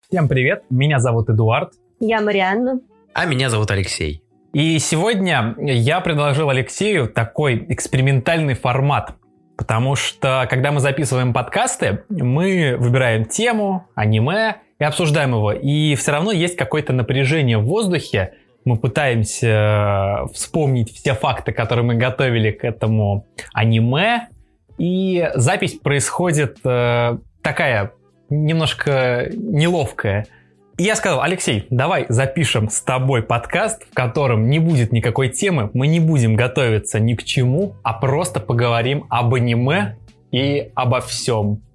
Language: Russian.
Всем привет, меня зовут Эдуард. Я Марианна. А меня зовут Алексей. И сегодня я предложил Алексею такой экспериментальный формат. Потому что, когда мы записываем подкасты, мы выбираем тему, аниме и обсуждаем его. И все равно есть какое-то напряжение в воздухе. Мы пытаемся вспомнить все факты, которые мы готовили к этому аниме. И запись происходит такая немножко неловкая. И я сказал: Алексей, давай запишем с тобой подкаст, в котором не будет никакой темы, мы не будем готовиться ни к чему, а просто поговорим об аниме и обо всем.